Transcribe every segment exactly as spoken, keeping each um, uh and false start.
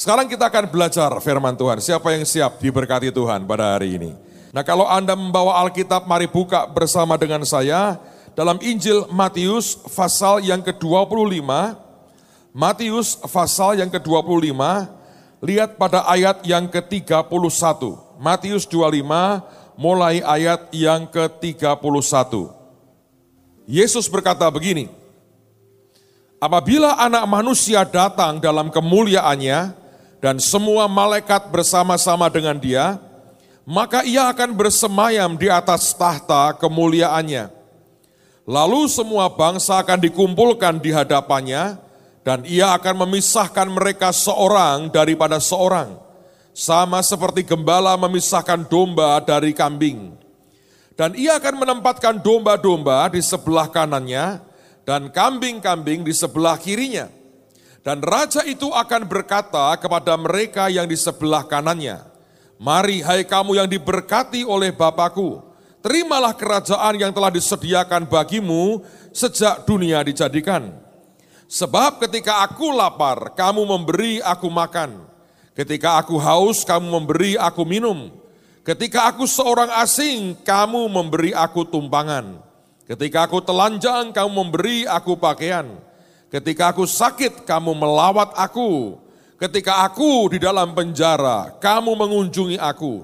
Sekarang kita akan belajar firman Tuhan. Siapa yang siap diberkati Tuhan pada hari ini? Nah, kalau Anda membawa Alkitab, mari buka bersama dengan saya dalam Injil Matius pasal yang ke dua puluh lima. Matius pasal yang ke dua puluh lima, lihat pada ayat yang ke tiga puluh satu. Matius dua puluh lima mulai ayat yang ke tiga puluh satu. Yesus berkata begini, apabila anak manusia datang dalam kemuliaannya dan semua malaikat bersama-sama dengan dia, maka ia akan bersemayam di atas tahta kemuliaannya. Lalu semua bangsa akan dikumpulkan di hadapannya, dan ia akan memisahkan mereka seorang daripada seorang, sama seperti gembala memisahkan domba dari kambing. Dan ia akan menempatkan domba-domba di sebelah kanannya, dan kambing-kambing di sebelah kirinya. Dan raja itu akan berkata kepada mereka yang di sebelah kanannya, mari hai kamu yang diberkati oleh Bapa-Ku, terimalah kerajaan yang telah disediakan bagimu sejak dunia dijadikan. Sebab ketika aku lapar, kamu memberi aku makan. Ketika aku haus, kamu memberi aku minum. Ketika aku seorang asing, kamu memberi aku tumpangan. Ketika aku telanjang, kamu memberi aku pakaian. Ketika aku sakit, kamu melawat aku. Ketika aku di dalam penjara, kamu mengunjungi aku.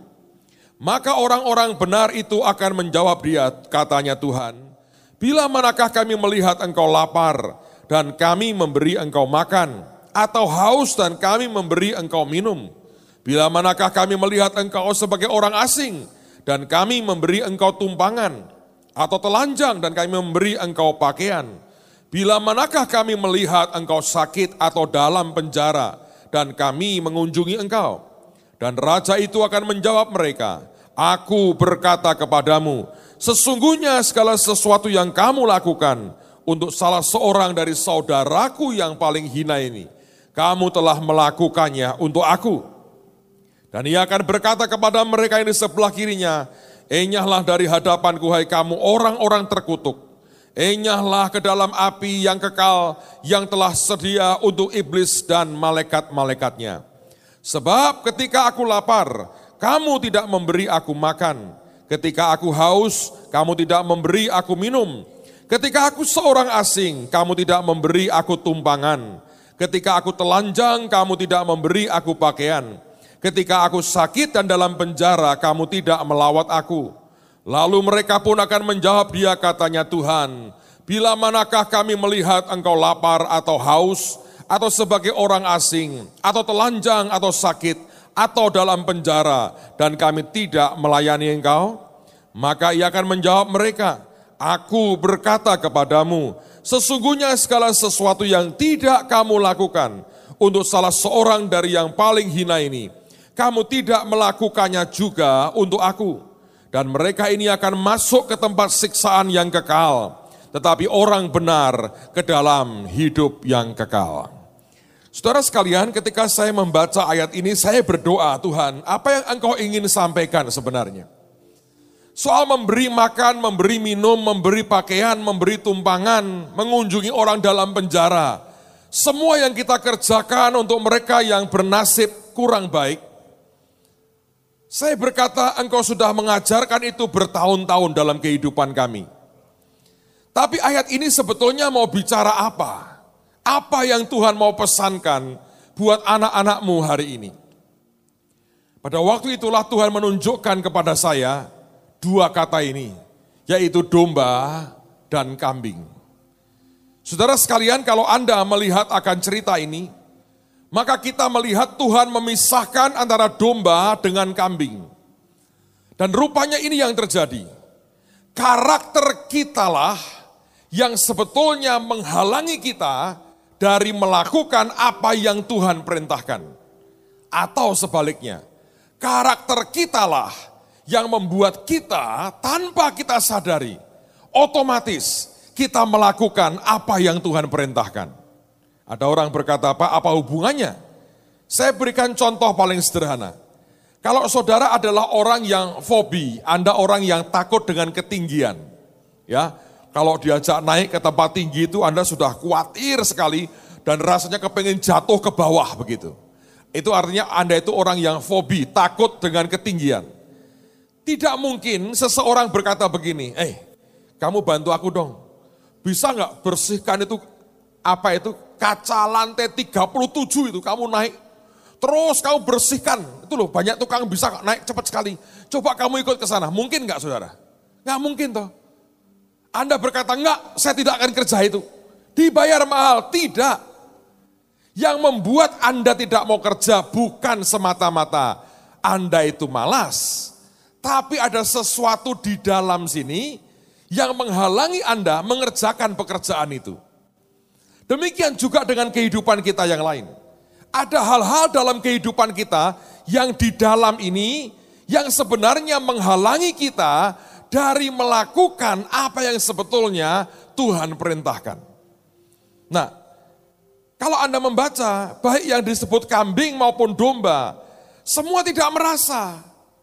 Maka orang-orang benar itu akan menjawab dia, katanya Tuhan, bila manakah kami melihat engkau lapar, dan kami memberi engkau makan, atau haus dan kami memberi engkau minum. Bila manakah kami melihat engkau sebagai orang asing, dan kami memberi engkau tumpangan, atau telanjang dan kami memberi engkau pakaian. Bila manakah kami melihat engkau sakit atau dalam penjara, dan kami mengunjungi engkau. Dan raja itu akan menjawab mereka, aku berkata kepadamu, sesungguhnya segala sesuatu yang kamu lakukan untuk salah seorang dari saudaraku yang paling hina ini, kamu telah melakukannya untuk aku. Dan ia akan berkata kepada mereka yang di sebelah kirinya, enyahlah dari hadapanku hai kamu orang-orang terkutuk. Enyahlah ke dalam api yang kekal yang telah sedia untuk iblis dan malaikat-malaikatnya. Sebab ketika aku lapar, kamu tidak memberi aku makan. Ketika aku haus, kamu tidak memberi aku minum. Ketika aku seorang asing, kamu tidak memberi aku tumpangan. Ketika aku telanjang, kamu tidak memberi aku pakaian. Ketika aku sakit dan dalam penjara, kamu tidak melawat aku. Lalu mereka pun akan menjawab dia, katanya Tuhan, bila manakah kami melihat engkau lapar atau haus, atau sebagai orang asing, atau telanjang atau sakit, atau dalam penjara, dan kami tidak melayani engkau? Maka ia akan menjawab mereka, aku berkata kepadamu, sesungguhnya segala sesuatu yang tidak kamu lakukan untuk salah seorang dari yang paling hina ini, kamu tidak melakukannya juga untuk aku. Dan mereka ini akan masuk ke tempat siksaan yang kekal, tetapi orang benar ke dalam hidup yang kekal. Saudara sekalian, ketika saya membaca ayat ini, saya berdoa, Tuhan, apa yang engkau ingin sampaikan sebenarnya? Soal memberi makan, memberi minum, memberi pakaian, memberi tumpangan, mengunjungi orang dalam penjara. Semua yang kita kerjakan untuk mereka yang bernasib kurang baik. Saya berkata, engkau sudah mengajarkan itu bertahun-tahun dalam kehidupan kami. Tapi ayat ini sebetulnya mau bicara apa? Apa yang Tuhan mau pesankan buat anak-anakmu hari ini? Pada waktu itulah Tuhan menunjukkan kepada saya dua kata ini, yaitu domba dan kambing. Saudara sekalian, kalau Anda melihat akan cerita ini, maka kita melihat Tuhan memisahkan antara domba dengan kambing. Dan rupanya ini yang terjadi. Karakter kitalah yang sebetulnya menghalangi kita dari melakukan apa yang Tuhan perintahkan. Atau sebaliknya, karakter kitalah yang membuat kita tanpa kita sadari, otomatis kita melakukan apa yang Tuhan perintahkan. Ada orang berkata, Pak, apa hubungannya? Saya berikan contoh paling sederhana. Kalau saudara adalah orang yang fobi, Anda orang yang takut dengan ketinggian. Ya, kalau diajak naik ke tempat tinggi itu Anda sudah khawatir sekali dan rasanya kepengen jatuh ke bawah begitu. Itu artinya Anda itu orang yang fobi, takut dengan ketinggian. Tidak mungkin seseorang berkata begini, eh kamu bantu aku dong, bisa nggak bersihkan itu, apa itu, kaca lantai tiga puluh tujuh itu kamu naik, terus kamu bersihkan, itu loh banyak tukang bisa naik cepat sekali, coba kamu ikut ke sana, mungkin nggak saudara? Nggak mungkin toh. Anda berkata, enggak, saya tidak akan kerja itu. Dibayar mahal, tidak. Yang membuat Anda tidak mau kerja bukan semata-mata Anda itu malas. Tapi ada sesuatu di dalam sini yang menghalangi Anda mengerjakan pekerjaan itu. Demikian juga dengan kehidupan kita yang lain. Ada hal-hal dalam kehidupan kita yang di dalam ini yang sebenarnya menghalangi kita dari melakukan apa yang sebetulnya Tuhan perintahkan. Nah, kalau Anda membaca, baik yang disebut kambing maupun domba, semua tidak merasa.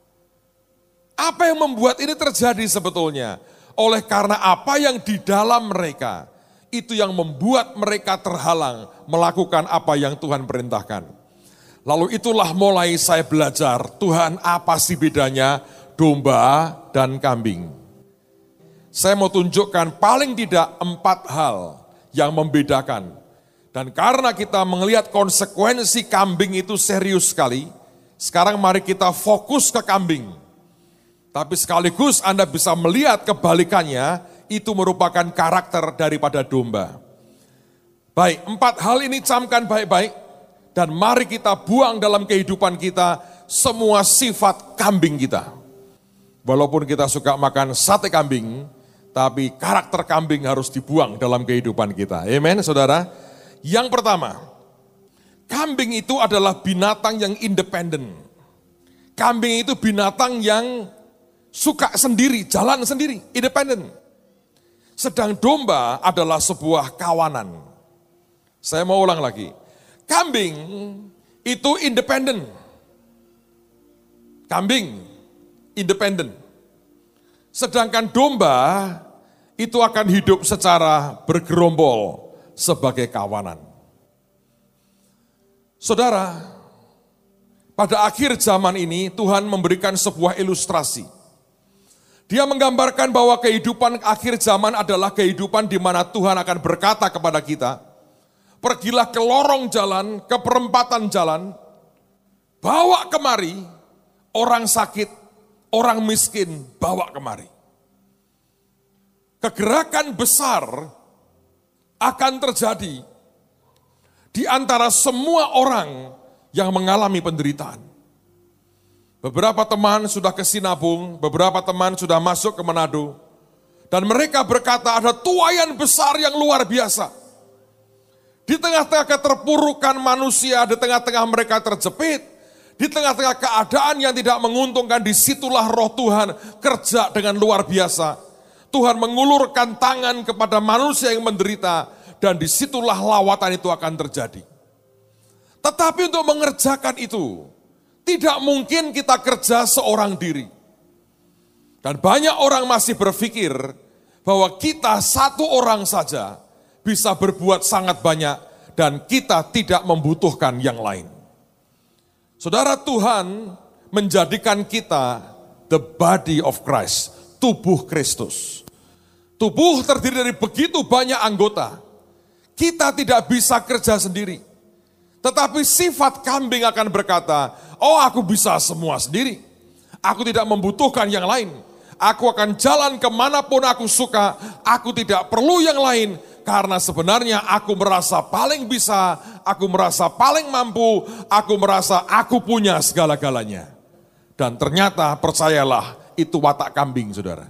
Apa yang membuat ini terjadi sebetulnya? Oleh karena apa yang di dalam mereka, itu yang membuat mereka terhalang melakukan apa yang Tuhan perintahkan. Lalu itulah mulai saya belajar, Tuhan apa sih bedanya domba dan kambing? Saya mau tunjukkan paling tidak empat hal yang membedakan. Dan karena kita melihat konsekuensi kambing itu serius sekali, sekarang mari kita fokus ke kambing. Tapi sekaligus Anda bisa melihat kebalikannya, itu merupakan karakter daripada domba. Baik, empat hal ini camkan baik-baik, dan mari kita buang dalam kehidupan kita semua sifat kambing kita. Walaupun kita suka makan sate kambing, tapi karakter kambing harus dibuang dalam kehidupan kita. Amen, saudara. Yang pertama, kambing itu adalah binatang yang independen. Kambing itu binatang yang suka sendiri, jalan sendiri, independen. Sedang domba adalah sebuah kawanan. Saya mau ulang lagi. Kambing itu independen. Kambing independen. Sedangkan domba itu akan hidup secara bergerombol sebagai kawanan. Saudara, pada akhir zaman ini Tuhan memberikan sebuah ilustrasi. Dia menggambarkan bahwa kehidupan akhir zaman adalah kehidupan di mana Tuhan akan berkata kepada kita, pergilah ke lorong jalan, ke perempatan jalan, bawa kemari orang sakit, orang miskin, bawa kemari. Kegerakan besar akan terjadi di antara semua orang yang mengalami penderitaan. Beberapa teman sudah ke Sinabung, beberapa teman sudah masuk ke Manado, dan mereka berkata ada tuaian besar yang luar biasa. Di tengah-tengah keterpurukan manusia, di tengah-tengah mereka terjepit, di tengah-tengah keadaan yang tidak menguntungkan, disitulah roh Tuhan kerja dengan luar biasa. Tuhan mengulurkan tangan kepada manusia yang menderita, dan disitulah lawatan itu akan terjadi. Tetapi untuk mengerjakan itu, tidak mungkin kita kerja seorang diri. Dan banyak orang masih berpikir bahwa kita satu orang saja bisa berbuat sangat banyak, dan kita tidak membutuhkan yang lain. Saudara, Tuhan menjadikan kita the body of Christ, tubuh Kristus. Tubuh terdiri dari begitu banyak anggota. Kita tidak bisa kerja sendiri. Tetapi sifat kambing akan berkata, oh aku bisa semua sendiri. Aku tidak membutuhkan yang lain. Aku akan jalan kemanapun aku suka. Aku tidak perlu yang lain. Karena sebenarnya aku merasa paling bisa, aku merasa paling mampu, aku merasa aku punya segala-galanya. Dan ternyata percayalah, itu watak kambing, saudara.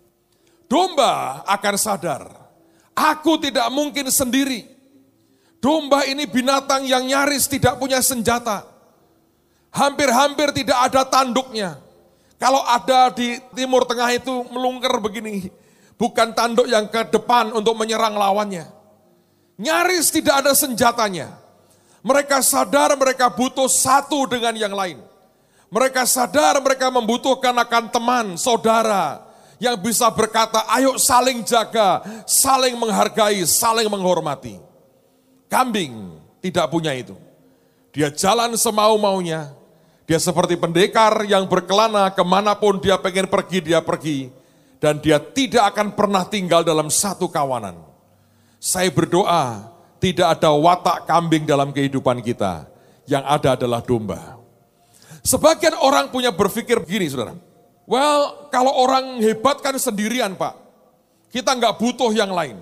Domba akan sadar, aku tidak mungkin sendiri. Domba ini binatang yang nyaris tidak punya senjata. Hampir-hampir tidak ada tanduknya. Kalau ada di Timur Tengah itu melungker begini. Bukan tanduk yang ke depan untuk menyerang lawannya. Nyaris tidak ada senjatanya. Mereka sadar mereka butuh satu dengan yang lain. Mereka sadar mereka membutuhkan akan teman, saudara, yang bisa berkata, ayo saling jaga, saling menghargai, saling menghormati. Kambing tidak punya itu. Dia jalan semau-maunya. Dia seperti pendekar yang berkelana kemanapun dia pengen pergi, dia pergi. Dan dia tidak akan pernah tinggal dalam satu kawanan. Saya berdoa, tidak ada watak kambing dalam kehidupan kita. Yang ada adalah domba. Sebagian orang punya berpikir begini, saudara. Well, kalau orang hebat kan sendirian, Pak. Kita nggak butuh yang lain.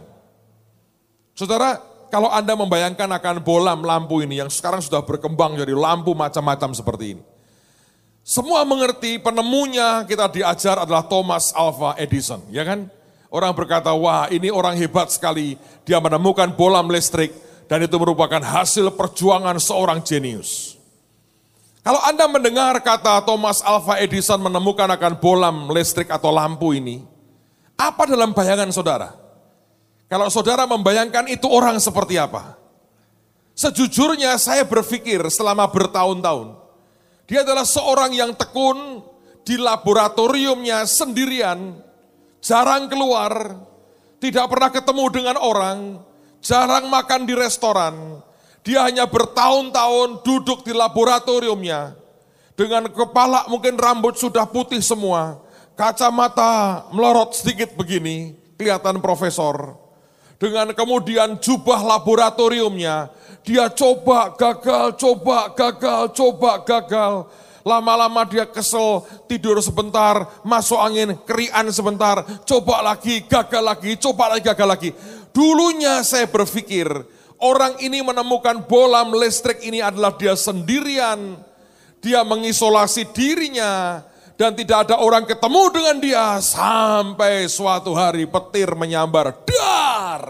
Saudara, kalau Anda membayangkan akan bolam lampu ini yang sekarang sudah berkembang jadi lampu macam-macam seperti ini. Semua mengerti penemunya kita diajar adalah Thomas Alva Edison, ya kan? Orang berkata, wah ini orang hebat sekali, dia menemukan bolam listrik dan itu merupakan hasil perjuangan seorang jenius. Kalau Anda mendengar kata Thomas Alva Edison menemukan akan bolam listrik atau lampu ini, apa dalam bayangan saudara? Kalau saudara membayangkan itu orang seperti apa? Sejujurnya saya berpikir selama bertahun-tahun, dia adalah seorang yang tekun di laboratoriumnya sendirian, jarang keluar, tidak pernah ketemu dengan orang, jarang makan di restoran. Dia hanya bertahun-tahun duduk di laboratoriumnya, dengan kepala mungkin rambut sudah putih semua, kacamata melorot sedikit begini, kelihatan profesor. Dengan kemudian jubah laboratoriumnya, dia coba gagal, coba gagal, coba gagal. Lama-lama dia kesel, tidur sebentar, masuk angin, kerian sebentar, coba lagi, gagal lagi, coba lagi, gagal lagi. Dulunya saya berpikir, orang ini menemukan bolam listrik ini adalah dia sendirian. Dia mengisolasi dirinya dan tidak ada orang ketemu dengan dia sampai suatu hari petir menyambar, dar!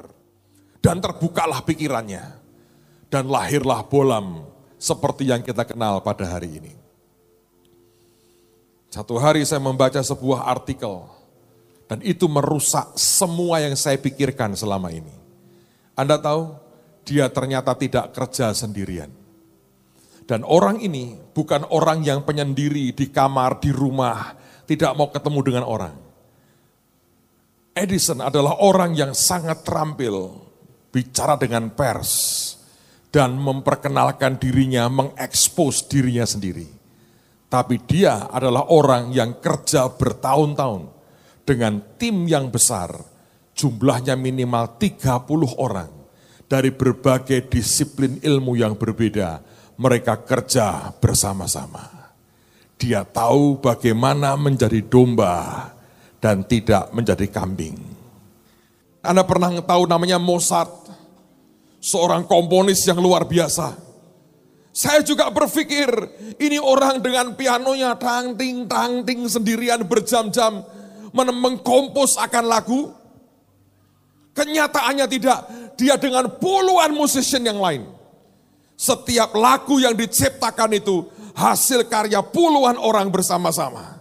Dan terbukalah pikirannya dan lahirlah bolam seperti yang kita kenal pada hari ini. Satu hari saya membaca sebuah artikel dan itu merusak semua yang saya pikirkan selama ini. Anda tahu, dia ternyata tidak kerja sendirian. Dan orang ini bukan orang yang penyendiri di kamar, di rumah, tidak mau ketemu dengan orang. Edison adalah orang yang sangat terampil bicara dengan pers dan memperkenalkan dirinya, mengekspos dirinya sendiri. Tapi dia adalah orang yang kerja bertahun-tahun dengan tim yang besar, jumlahnya minimal tiga puluh orang dari berbagai disiplin ilmu yang berbeda. Mereka kerja bersama-sama. Dia tahu bagaimana menjadi domba dan tidak menjadi kambing. Anda pernah tahu namanya Mozart, seorang komponis yang luar biasa. Saya juga berpikir, ini orang dengan pianonya tang-ting, tang-ting sendirian berjam-jam mengkompos akan lagu. Kenyataannya tidak, dia dengan puluhan musisi yang lain. Setiap lagu yang diciptakan itu hasil karya puluhan orang bersama-sama.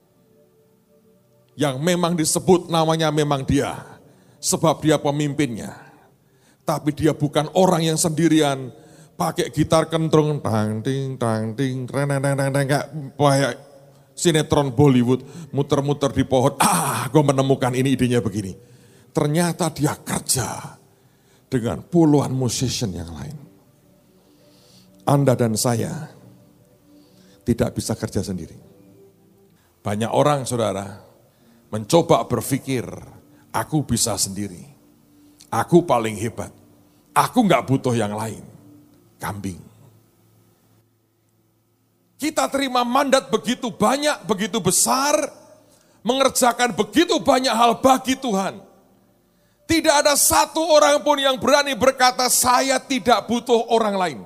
Yang memang disebut namanya memang dia, sebab dia pemimpinnya. Tapi dia bukan orang yang sendirian, pakai gitar kentrung, tang ting tang ting, reneng reneng kayak kayak sinetron Bollywood, muter-muter di pohon. Ah, gue menemukan ini idenya begini. Ternyata dia kerja dengan puluhan musician yang lain. Anda dan saya tidak bisa kerja sendiri. Banyak orang, saudara, mencoba berpikir, aku bisa sendiri. Aku paling hebat. Aku nggak butuh yang lain. Kambing. Kita terima mandat begitu banyak, begitu besar, mengerjakan begitu banyak hal bagi Tuhan. Tidak ada satu orang pun yang berani berkata, saya tidak butuh orang lain.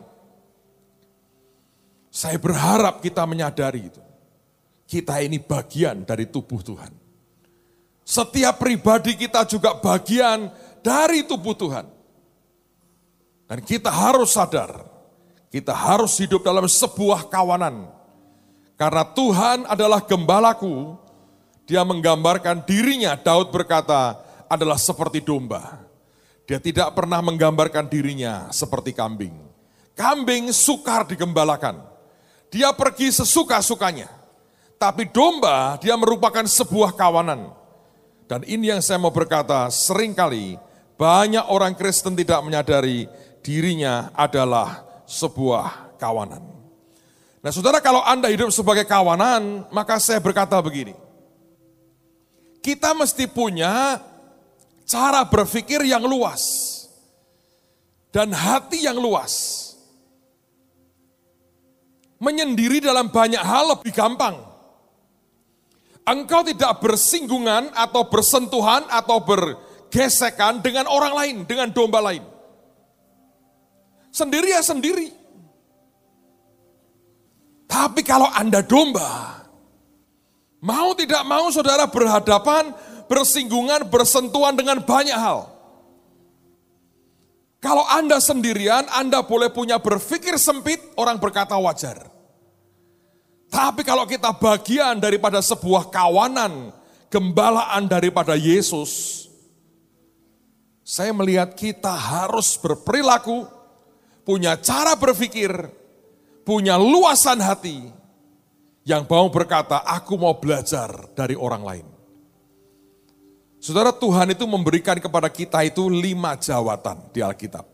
Saya berharap kita menyadari itu. Kita ini bagian dari tubuh Tuhan. Setiap pribadi kita juga bagian dari tubuh Tuhan. Dan kita harus sadar, kita harus hidup dalam sebuah kawanan. Karena Tuhan adalah gembalaku, dia menggambarkan dirinya, Daud berkata, adalah seperti domba. Dia tidak pernah menggambarkan dirinya seperti kambing. Kambing sukar digembalakan. Dia pergi sesuka-sukanya. Tapi domba, dia merupakan sebuah kawanan. Dan ini yang saya mau berkata, seringkali banyak orang Kristen tidak menyadari dirinya adalah sebuah kawanan. Nah saudara, kalau Anda hidup sebagai kawanan, maka saya berkata begini. Kita mesti punya cara berpikir yang luas. Dan hati yang luas. Menyendiri dalam banyak hal lebih gampang. Engkau tidak bersinggungan atau bersentuhan atau bergesekan dengan orang lain, dengan domba lain. Sendiri ya sendiri. Tapi kalau Anda domba, mau tidak mau saudara berhadapan, bersinggungan, bersentuhan dengan banyak hal. Kalau Anda sendirian, Anda boleh punya berpikir sempit, orang berkata wajar. Tapi kalau kita bagian daripada sebuah kawanan, gembalaan daripada Yesus, saya melihat kita harus berperilaku, punya cara berpikir, punya luasan hati, yang mau berkata, aku mau belajar dari orang lain. Saudara, Tuhan itu memberikan kepada kita itu lima jawatan di Alkitab.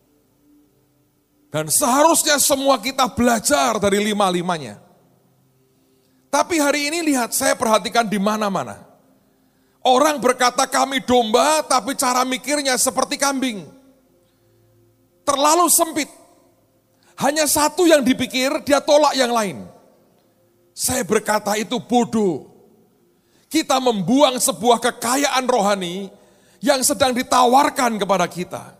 Dan seharusnya semua kita belajar dari lima-limanya. Tapi hari ini lihat, saya perhatikan di mana-mana. Orang berkata kami domba, tapi cara mikirnya seperti kambing. Terlalu sempit. Hanya satu yang dipikir, dia tolak yang lain. Saya berkata itu bodoh. Kita membuang sebuah kekayaan rohani yang sedang ditawarkan kepada kita.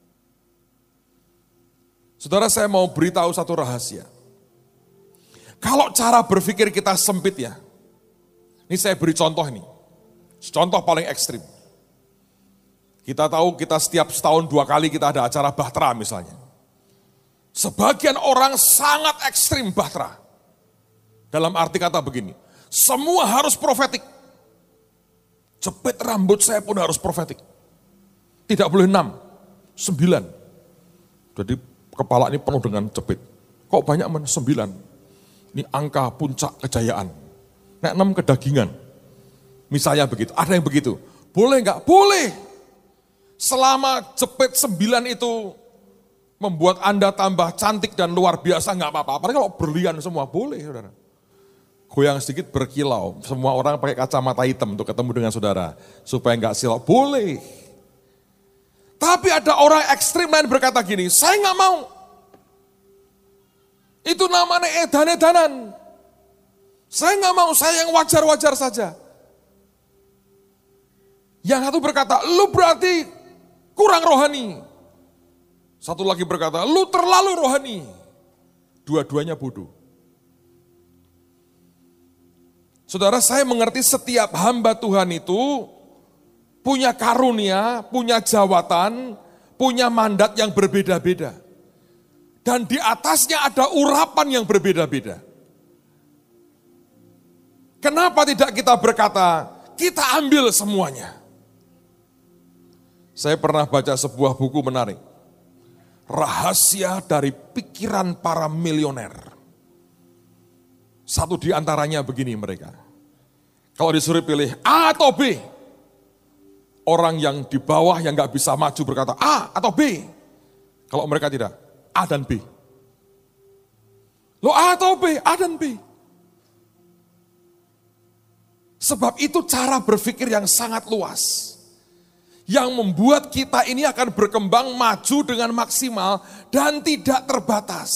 Saudara, saya mau beritahu satu rahasia. Kalau cara berpikir kita sempit ya, ini saya beri contoh ini, contoh paling ekstrim. Kita tahu kita setiap setahun dua kali kita ada acara Bahtera misalnya. Sebagian orang sangat ekstrim Bahtera. Dalam arti kata begini, semua harus profetik. Jepit rambut saya pun harus profetik. Tidak boleh enam, sembilan. Jadi kepala ini penuh dengan jepit. Kok banyak men? Sembilan. Ini angka puncak kejayaan. Nek enam kedagingan. Misalnya begitu. Ada yang begitu. Boleh enggak? Boleh. Selama jepit sembilan itu membuat Anda tambah cantik dan luar biasa, enggak apa-apa. Apalagi kalau berlian semua, boleh saudara. Goyang sedikit berkilau. Semua orang pakai kacamata hitam untuk ketemu dengan saudara. Supaya enggak silau. Boleh. Tapi ada orang ekstrim lain berkata gini, saya enggak mau. Itu namanya edan-edanan. Saya nggak mau, saya yang wajar-wajar saja. Yang satu berkata, lu berarti kurang rohani. Satu lagi berkata, lu terlalu rohani. Dua-duanya bodoh. Saudara, saya mengerti setiap hamba Tuhan itu punya karunia, punya jawatan, punya mandat yang berbeda-beda. Dan di atasnya ada urapan yang berbeda-beda. Kenapa tidak kita berkata, kita ambil semuanya? Saya pernah baca sebuah buku menarik. Rahasia dari pikiran para milioner. Satu di antaranya begini mereka. Kalau disuruh pilih A atau B. Orang yang di bawah yang gak bisa maju berkata A atau B. Kalau mereka tidak. A dan B. Lo A atau B? A dan B. Sebab itu cara berpikir yang sangat luas. Yang membuat kita ini akan berkembang maju dengan maksimal dan tidak terbatas.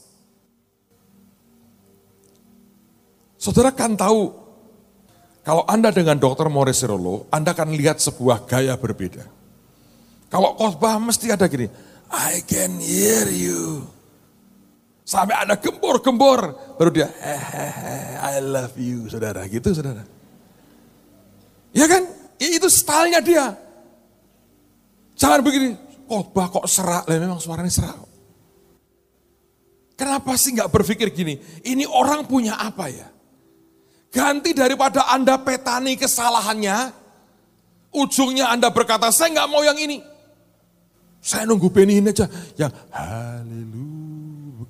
Saudara kan tahu, kalau Anda dengan dokter Morris Sirolo, Anda akan lihat sebuah gaya berbeda. Kalau khotbah mesti ada gini, I can hear you. Sampai ada gembor-gembor. Baru dia, hehehe, I love you, saudara. Gitu, saudara. Ya kan? Itu stylenya dia. Jangan begini, khotbah kok serak. Lah memang suaranya serak. Kenapa sih gak berpikir gini? Ini orang punya apa ya? Ganti daripada Anda petani kesalahannya, ujungnya Anda berkata, saya gak mau yang ini. Saya nunggu Benny ini aja, yang haleluya.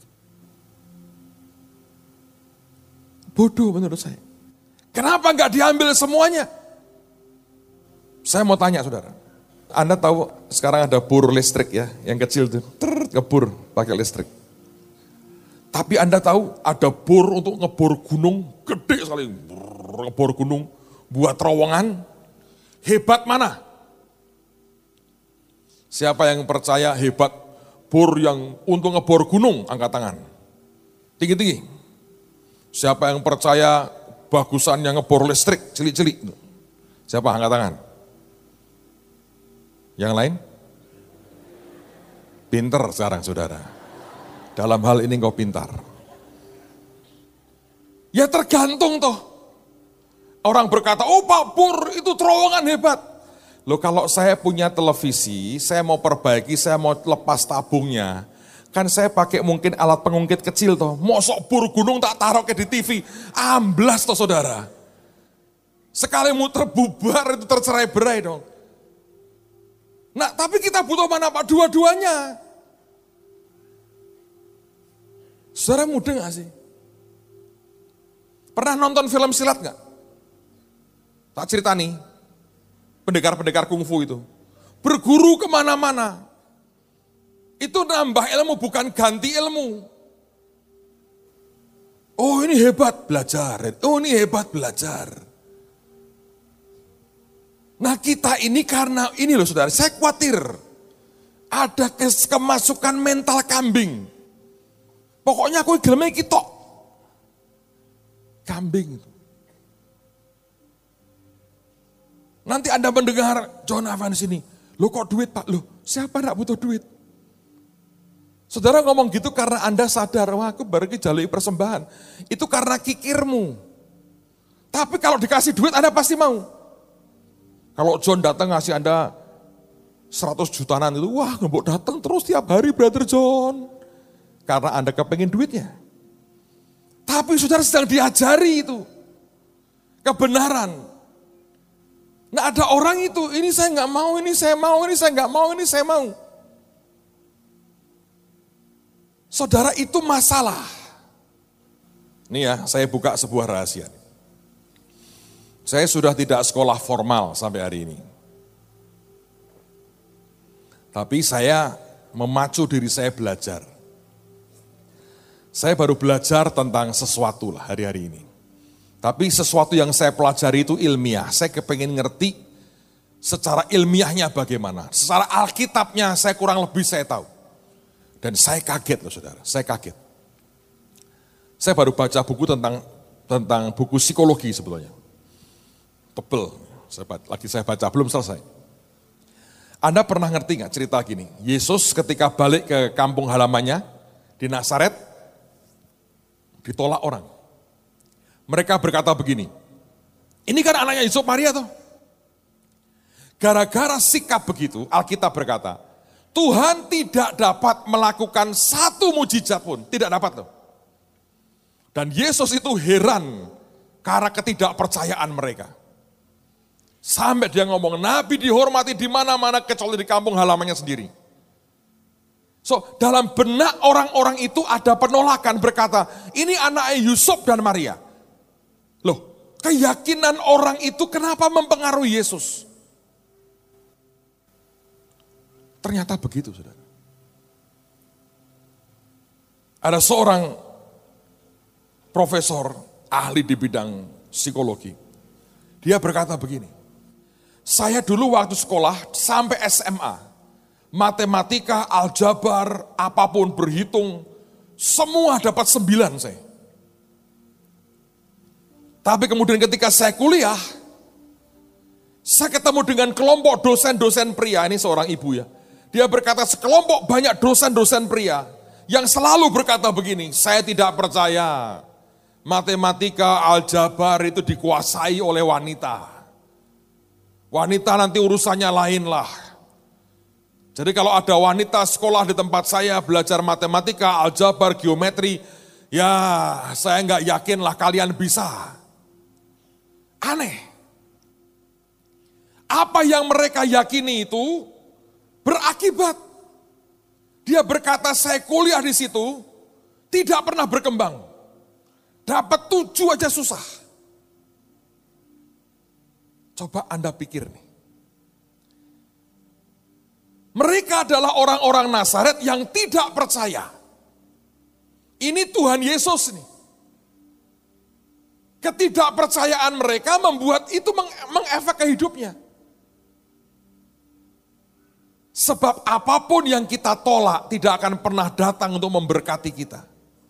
Bodoh menurut saya. Kenapa nggak diambil semuanya? Saya mau tanya saudara. Anda tahu sekarang ada bur listrik ya, yang kecil tuh, ter, ngebur pakai listrik. Tapi Anda tahu ada bor untuk ngebor gunung, gede sekali. Ngebor gunung, buat terowongan. Hebat mana? Siapa yang percaya hebat bor yang untuk ngebor gunung, angkat tangan. Tinggi-tinggi. Siapa yang percaya bagusan yang ngebor listrik, cilik-cilik. Siapa angkat tangan? Yang lain? Pinter sekarang saudara. Dalam hal ini kau pintar. Ya tergantung toh. Orang berkata, oh Pak Pur itu terowongan hebat. Loh kalau saya punya televisi, saya mau perbaiki, saya mau lepas tabungnya. Kan saya pakai mungkin alat pengungkit kecil toh. Mosok bur gunung tak taruh ke di T V. Amblas toh saudara. Sekali muter bubar itu tercerai-berai dong. Nah tapi kita butuh mana Pak? Dua-duanya. Saudara muda gak sih? Pernah nonton film silat gak? Tak cerita nih, pendekar-pendekar kungfu itu. Berguru kemana-mana. Itu nambah ilmu bukan ganti ilmu. Oh ini hebat belajar, oh ini hebat belajar. Nah kita ini karena, ini loh saudara, saya khawatir. Ada kemasukan mental kambing. Pokoknya aku gelem iki tok. Kambing itu. Nanti Anda mendengar John Evans ini, lo kok duit Pak? Loh siapa nak butuh duit? Saudara ngomong gitu karena Anda sadar, wah aku baru jalui persembahan. Itu karena kikirmu. Tapi kalau dikasih duit Anda pasti mau. Kalau John datang ngasih Anda seratus jutaan itu, wah ngebok datang terus tiap hari Brother John. Karena Anda kepengen duitnya. Tapi saudara sedang diajari itu. Kebenaran. Nah ada orang itu, ini saya nggak mau, ini saya mau, ini saya nggak mau, ini saya mau. Saudara itu masalah. Ini ya, saya buka sebuah rahasia. Saya sudah tidak sekolah formal sampai hari ini. Tapi saya memacu diri saya belajar. Saya baru belajar tentang sesuatu lah hari-hari ini. Tapi sesuatu yang saya pelajari itu ilmiah. Saya kepengen ngerti secara ilmiahnya bagaimana. Secara Alkitabnya saya kurang lebih saya tahu. Dan saya kaget loh saudara, saya kaget. Saya baru baca buku tentang tentang buku psikologi sebetulnya. Tebel, saya baca, lagi saya baca, belum selesai. Anda pernah ngerti gak cerita gini? Yesus ketika balik ke kampung halamannya di Nazaret, ditolak orang. Mereka berkata begini, ini kan anaknya Yusuf Maria tuh. Gara-gara sikap begitu, Alkitab berkata, Tuhan tidak dapat melakukan satu mujizat pun, tidak dapat tuh. Dan Yesus itu heran karena ketidakpercayaan mereka. Sampai dia ngomong, Nabi dihormati di mana-mana kecuali di kampung halamannya sendiri. So, dalam benak orang-orang itu ada penolakan berkata, ini anak Yusuf dan Maria. Loh, keyakinan orang itu kenapa mempengaruhi Yesus? Ternyata begitu, saudara. Ada seorang profesor ahli di bidang psikologi. Dia berkata begini, saya dulu waktu sekolah sampai S M A, matematika, aljabar, apapun berhitung, semua dapat sembilan saya. Tapi kemudian ketika saya kuliah, saya ketemu dengan kelompok dosen-dosen pria, ini seorang ibu ya. Dia berkata sekelompok banyak dosen-dosen pria yang selalu berkata begini, saya tidak percaya matematika, aljabar itu dikuasai oleh wanita. Wanita nanti urusannya lain lah. Jadi kalau ada wanita sekolah di tempat saya belajar matematika, aljabar, geometri, ya saya nggak yakin lah kalian bisa. Aneh. Apa yang mereka yakini itu berakibat. Dia berkata saya kuliah di situ tidak pernah berkembang. Dapat tujuh aja susah. Coba Anda pikir nih. Mereka adalah orang-orang Nazaret yang tidak percaya. Ini Tuhan Yesus nih. Ketidakpercayaan mereka membuat itu meng- mengefek ke hidupnya. Sebab apapun yang kita tolak tidak akan pernah datang untuk memberkati kita.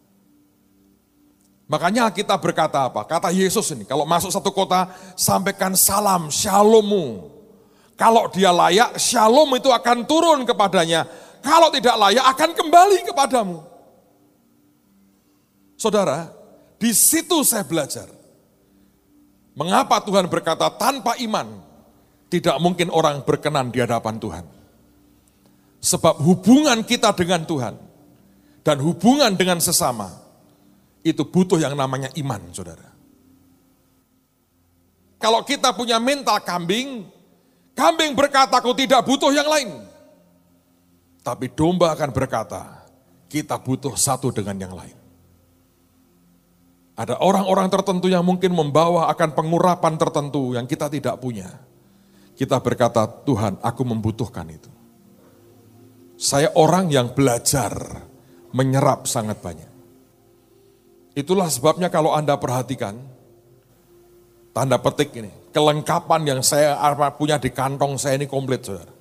Makanya kita berkata apa? Kata Yesus ini, kalau masuk satu kota, sampaikan salam, shalommu. Kalau dia layak, shalom itu akan turun kepadanya. Kalau tidak layak, akan kembali kepadamu. Saudara, di situ saya belajar. Mengapa Tuhan berkata tanpa iman tidak mungkin orang berkenan di hadapan Tuhan. Sebab hubungan kita dengan Tuhan dan hubungan dengan sesama itu butuh yang namanya iman, saudara. Kalau kita punya mental kambing, kambing berkata aku tidak butuh yang lain. Tapi domba akan berkata kita butuh satu dengan yang lain. Ada orang-orang tertentu yang mungkin membawa akan pengurapan tertentu yang kita tidak punya. Kita berkata, Tuhan, aku membutuhkan itu. Saya orang yang belajar menyerap sangat banyak. Itulah sebabnya kalau Anda perhatikan, tanda petik ini, kelengkapan yang saya punya di kantong saya ini komplit, saudara.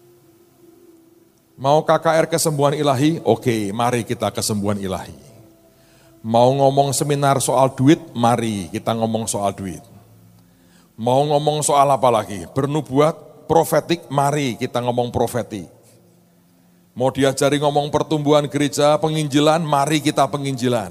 Mau K K R kesembuhan ilahi? Oke, mari kita kesembuhan ilahi. Mau ngomong seminar soal duit, mari kita ngomong soal duit. Mau ngomong soal apa lagi? Bernubuat, profetik, mari kita ngomong profetik. Mau diajari ngomong pertumbuhan gereja, penginjilan, mari kita penginjilan.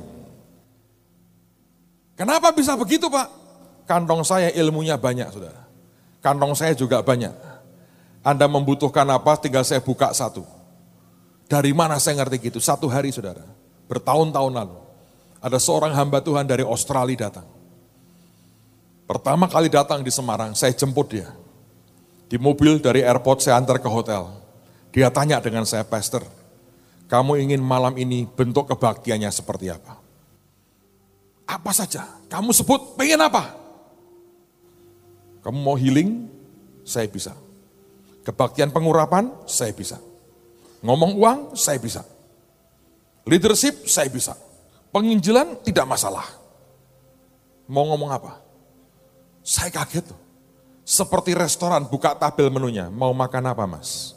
Kenapa bisa begitu, Pak? Kantong saya ilmunya banyak, saudara. Kantong saya juga banyak. Anda membutuhkan apa, tinggal saya buka satu. Dari mana saya ngerti gitu? Satu hari, saudara. Bertahun-tahun lalu. Ada seorang hamba Tuhan dari Australia datang. Pertama kali datang di Semarang, saya jemput dia. Di mobil dari airport saya antar ke hotel. Dia tanya dengan saya, Pastor, kamu ingin malam ini bentuk kebaktiannya seperti apa? Apa saja, kamu sebut pengen apa? Kamu mau healing? Saya bisa. Kebaktian pengurapan? Saya bisa. Ngomong uang? Saya bisa. Leadership? Saya bisa. Penginjilan tidak masalah. Mau ngomong apa? Saya kaget tuh. Seperti restoran buka tabel menunya. Mau makan apa, Mas?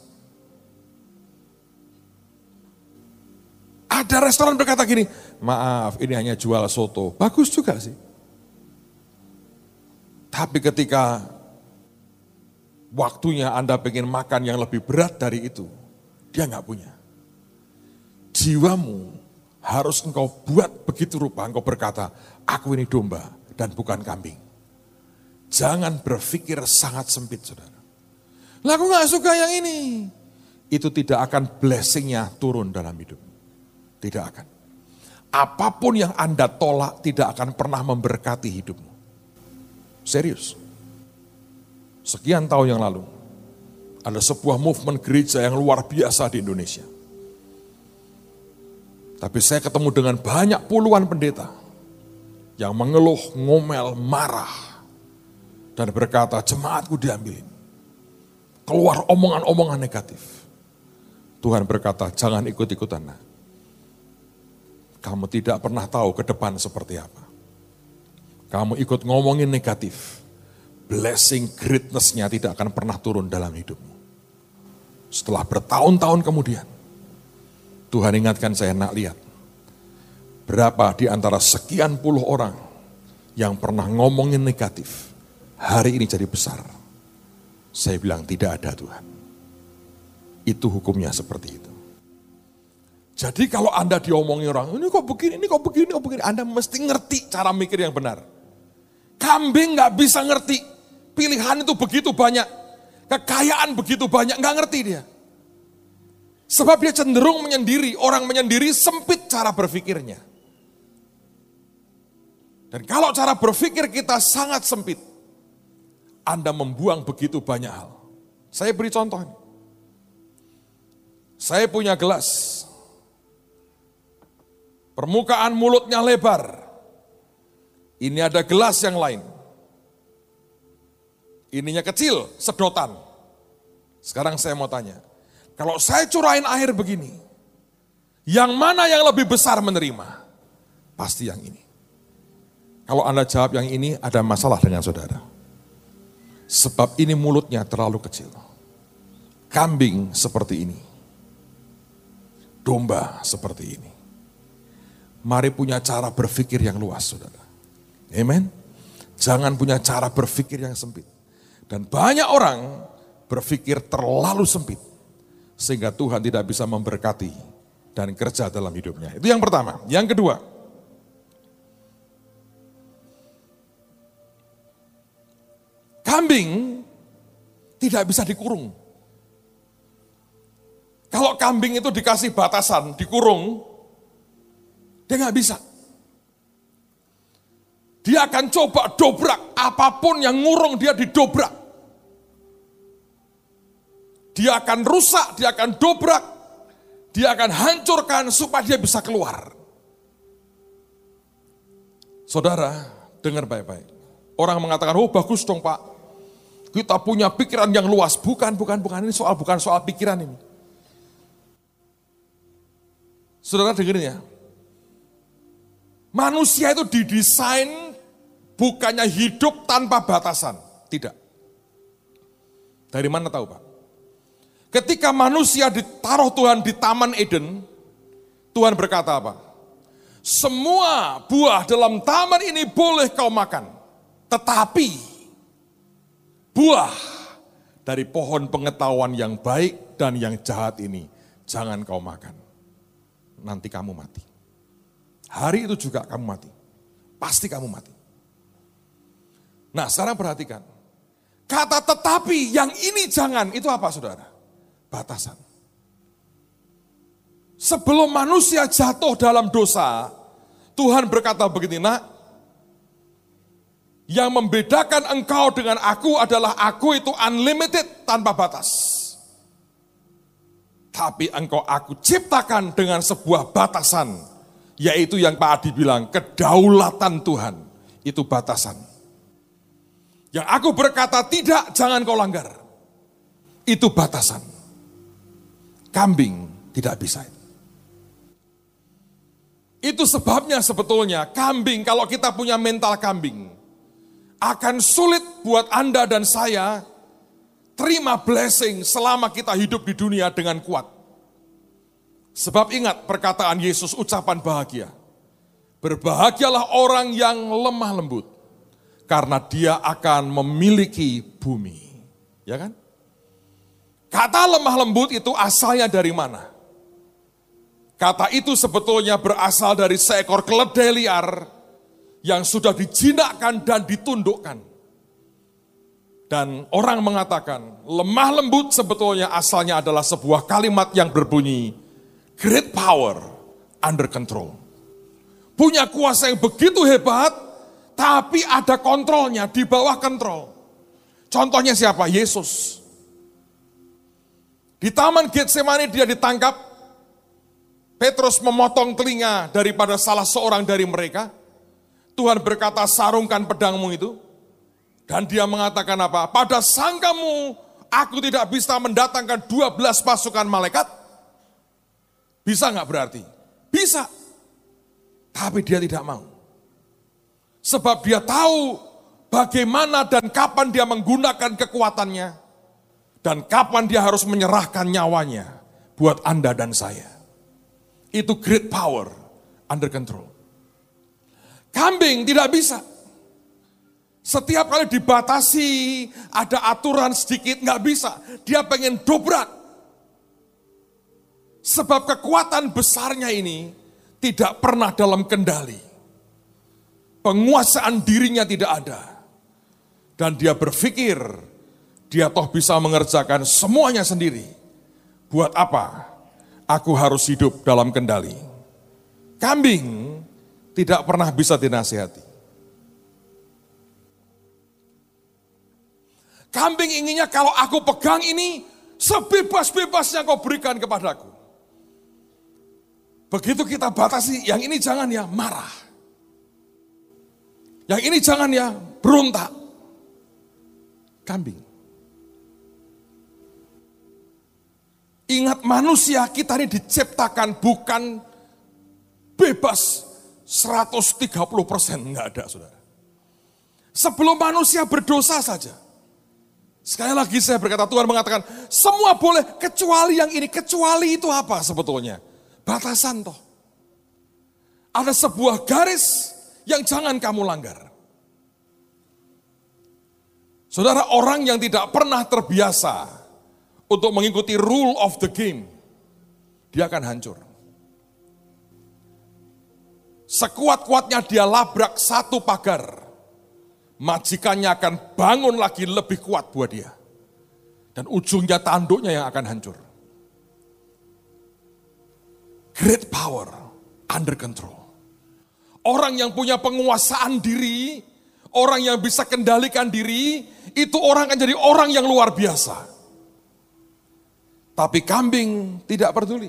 Ada restoran berkata gini, maaf ini hanya jual soto. Bagus juga sih. Tapi ketika waktunya Anda pengen makan yang lebih berat dari itu, dia nggak punya. Jiwamu harus engkau buat begitu rupa, engkau berkata, aku ini domba dan bukan kambing. Jangan berpikir sangat sempit, saudara. Lah aku gak suka yang ini. Itu tidak akan blessingnya turun dalam hidup. Tidak akan. Apapun yang Anda tolak tidak akan pernah memberkati hidupmu. Serius. Sekian tahun yang lalu, ada sebuah movement gereja yang luar biasa di Indonesia. Tapi saya ketemu dengan banyak puluhan pendeta yang mengeluh, ngomel, marah. Dan berkata, jemaatku diambilin. Keluar omongan-omongan negatif. Tuhan berkata, jangan ikut-ikutan. Nah. Kamu tidak pernah tahu ke depan seperti apa. Kamu ikut ngomongin negatif. Blessing greatness-nya tidak akan pernah turun dalam hidupmu. Setelah bertahun-tahun kemudian, Tuhan ingatkan saya, nak lihat, berapa di antara sekian puluh orang yang pernah ngomongin negatif, hari ini jadi besar. Saya bilang tidak ada Tuhan. Itu hukumnya seperti itu. Jadi kalau Anda diomongin orang, ini kok begini, ini kok begini, kok begini, Anda mesti ngerti cara mikir yang benar. Kambing gak bisa ngerti, pilihan itu begitu banyak, kekayaan begitu banyak, gak ngerti dia. Sebab dia cenderung menyendiri, orang menyendiri sempit cara berpikirnya. Dan kalau cara berpikir kita sangat sempit, Anda membuang begitu banyak hal. Saya beri contoh. Saya punya gelas. Permukaan mulutnya lebar. Ini ada gelas yang lain. Ininya kecil, sedotan. Sekarang saya mau tanya. Kalau saya curahin air begini, yang mana yang lebih besar menerima? pasti yang ini. Kalau Anda jawab yang ini, ada masalah dengan saudara. Sebab ini mulutnya terlalu kecil. Kambing seperti ini. Domba seperti ini. Mari punya cara berpikir yang luas, saudara. Amen. Jangan punya cara berpikir yang sempit. Dan banyak orang berpikir terlalu sempit. Sehingga Tuhan tidak bisa memberkati dan kerja dalam hidupnya. Itu yang pertama. Yang kedua. Kambing tidak bisa dikurung. Kalau kambing itu dikasih batasan, dikurung, dia nggak bisa. Dia akan coba dobrak, apapun yang ngurung dia didobrak. Dia akan rusak, dia akan dobrak, dia akan hancurkan supaya dia bisa keluar. Saudara, dengar baik-baik. Orang mengatakan, oh bagus dong Pak, kita punya pikiran yang luas. Bukan, bukan, bukan, ini soal bukan soal pikiran ini. Saudara dengerin ya, manusia itu didesain bukannya hidup tanpa batasan, tidak. Dari mana tahu Pak? Ketika manusia ditaruh Tuhan di Taman Eden, Tuhan berkata apa? Semua buah dalam taman ini boleh kau makan, tetapi buah dari pohon pengetahuan yang baik dan yang jahat ini jangan kau makan. Nanti kamu mati. Hari itu juga kamu mati. Pasti kamu mati. Nah sekarang perhatikan. Kata tetapi yang ini jangan, itu apa saudara? Batasan. Sebelum manusia jatuh dalam dosa, Tuhan berkata begini, nak, yang membedakan engkau dengan aku adalah aku itu unlimited, tanpa batas. Tapi engkau aku ciptakan dengan sebuah batasan, yaitu yang Pak Adi bilang, kedaulatan Tuhan, itu batasan. Yang aku berkata tidak, jangan kau langgar. Itu batasan. Kambing tidak bisa. Itu sebabnya sebetulnya kambing, kalau kita punya mental kambing, akan sulit buat Anda dan saya terima blessing selama kita hidup di dunia dengan kuat. Sebab ingat perkataan Yesus, ucapan bahagia. Berbahagialah orang yang lemah lembut, karena dia akan memiliki bumi. Ya kan? Kata lemah lembut itu asalnya dari mana? Kata itu sebetulnya berasal dari seekor keledai liar yang sudah dijinakkan dan ditundukkan. Dan orang mengatakan lemah lembut sebetulnya asalnya adalah sebuah kalimat yang berbunyi great power under control. Punya kuasa yang begitu hebat, tapi ada kontrolnya, di bawah kontrol. Contohnya siapa? Yesus. Di Taman Getsemani dia ditangkap, Petrus memotong telinga daripada salah seorang dari mereka. Tuhan berkata, sarungkan pedangmu itu. Dan dia mengatakan apa? Pada sangkamu aku tidak bisa mendatangkan dua belas pasukan malaikat? Bisa nggak berarti? Bisa. Tapi dia tidak mau. Sebab dia tahu bagaimana dan kapan dia menggunakan kekuatannya. Dan kapan dia harus menyerahkan nyawanya buat Anda dan saya. Itu great power under control. Kambing tidak bisa. Setiap kali dibatasi, ada aturan sedikit, nggak bisa. Dia pengen dobrak. Sebab kekuatan besarnya ini tidak pernah dalam kendali. Penguasaan dirinya tidak ada. Dan dia berpikir, dia toh bisa mengerjakan semuanya sendiri. Buat apa? Aku harus hidup dalam kendali. Kambing tidak pernah bisa dinasihati. Kambing inginnya kalau aku pegang ini, sebebas-bebasnya kau berikan kepadaku. Begitu kita batasi, yang ini jangan ya marah. Yang ini jangan ya berontak. Kambing. Ingat manusia kita ini diciptakan bukan bebas seratus tiga puluh persen enggak ada, saudara. Sebelum manusia berdosa saja. Sekali lagi saya berkata, Tuhan mengatakan, semua boleh kecuali yang ini. Kecuali itu apa sebetulnya? Batasan toh. Ada sebuah garis yang jangan kamu langgar. Saudara, orang yang tidak pernah terbiasa untuk mengikuti rule of the game, dia akan hancur. Sekuat-kuatnya dia labrak satu pagar, majikannya akan bangun lagi lebih kuat buat dia. Dan ujungnya tanduknya yang akan hancur. Great power under control. Orang yang punya penguasaan diri, orang yang bisa kendalikan diri, itu orang akan jadi orang yang luar biasa. Tapi kambing tidak peduli.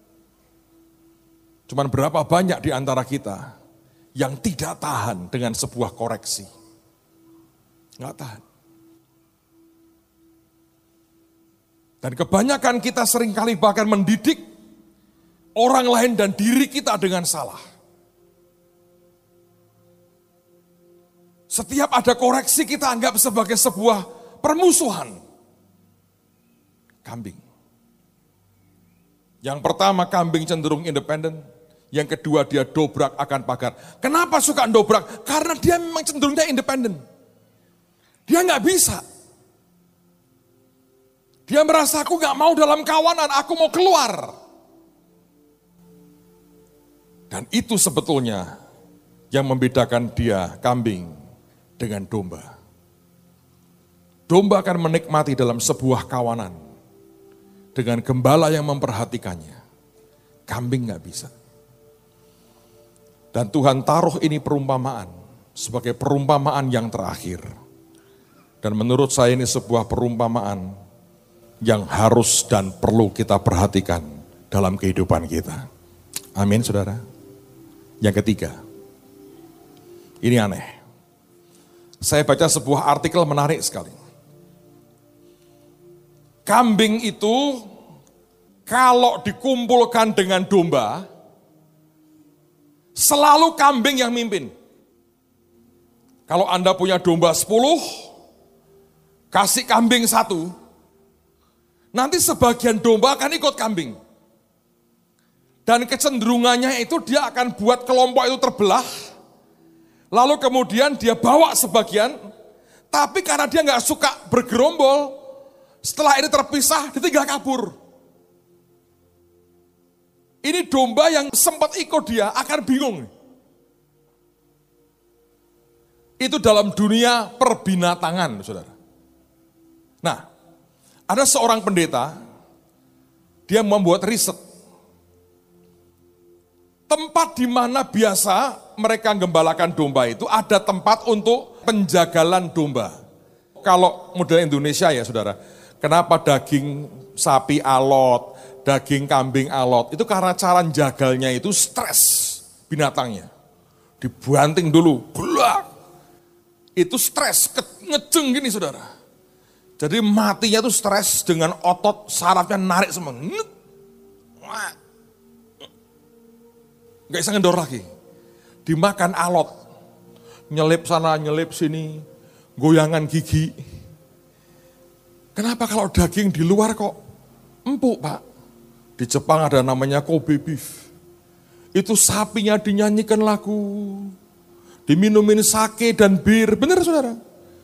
Cuman berapa banyak di antara kita yang tidak tahan dengan sebuah koreksi. Nggak tahan. Dan kebanyakan kita seringkali bahkan mendidik orang lain dan diri kita dengan salah. Setiap ada koreksi kita anggap sebagai sebuah permusuhan. Kambing. Yang pertama, kambing cenderung independen. Yang kedua, dia dobrak akan pagar. Kenapa suka dobrak? Karena dia memang cenderungnya independen. Dia nggak bisa. Dia merasa aku nggak mau dalam kawanan, aku mau keluar. Dan itu sebetulnya yang membedakan dia, kambing, dengan domba. Domba akan menikmati dalam sebuah kawanan dengan gembala yang memperhatikannya. Kambing nggak bisa. Dan Tuhan taruh ini perumpamaan sebagai perumpamaan yang terakhir. Dan menurut saya ini sebuah perumpamaan yang harus dan perlu kita perhatikan dalam kehidupan kita. Amin, saudara. Yang ketiga, ini aneh. Saya baca sebuah artikel menarik sekali. Kambing itu kalau dikumpulkan dengan domba, selalu kambing yang mimpin. Kalau Anda punya domba sepuluh, kasih kambing satu, nanti sebagian domba akan ikut kambing. Dan kecenderungannya itu dia akan buat kelompok itu terbelah, lalu kemudian dia bawa sebagian, tapi karena dia nggak suka bergerombol, setelah ini terpisah, dia tinggal kabur. Ini domba yang sempat ikut dia akan bingung. Itu dalam dunia perbinatangan, saudara. Nah, ada seorang pendeta, dia membuat riset. Tempat di mana biasa mereka gembalakan domba itu ada tempat untuk penjagalan domba. Kalau model Indonesia ya saudara, kenapa daging sapi alot, daging kambing alot, itu karena cara jagalnya itu stres binatangnya. Dibanting dulu, belak. Itu stres, ngejeng gini saudara. Jadi matinya itu stres dengan otot sarafnya narik semua. Gak bisa ngendor lagi. Dimakan alot. Nyelip sana, nyelip sini. Goyangan gigi. Kenapa kalau daging di luar kok empuk, Pak? Di Jepang ada namanya Kobe beef. Itu sapinya dinyanyikan lagu. Diminumin sake dan bir. Benar saudara?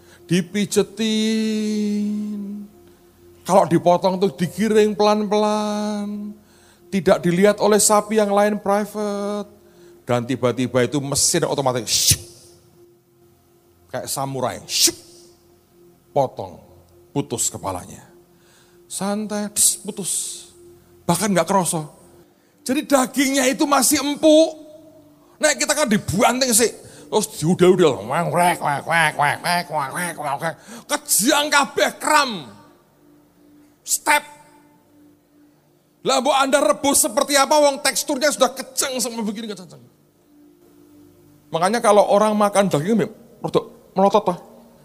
Dipijetin. Kalau dipotong tuh digiring pelan-pelan. Tidak dilihat oleh sapi yang lain private. Dan tiba-tiba itu mesin otomatis. Shup, kayak samurai. Shup, potong. Putus kepalanya. Santai, tss, putus. Bahkan gak kerasa. Jadi dagingnya itu masih empuk. Nah kita kan dibanting sih. Terus diudel-udel. Wek, wek, wek, wek, wek, wek, wek, wek. Kejang kabeh kram. Step. Lah bu Anda rebus seperti apa, wong teksturnya sudah keceng sama begini keceng. Makanya kalau orang makan daging, melotot toh.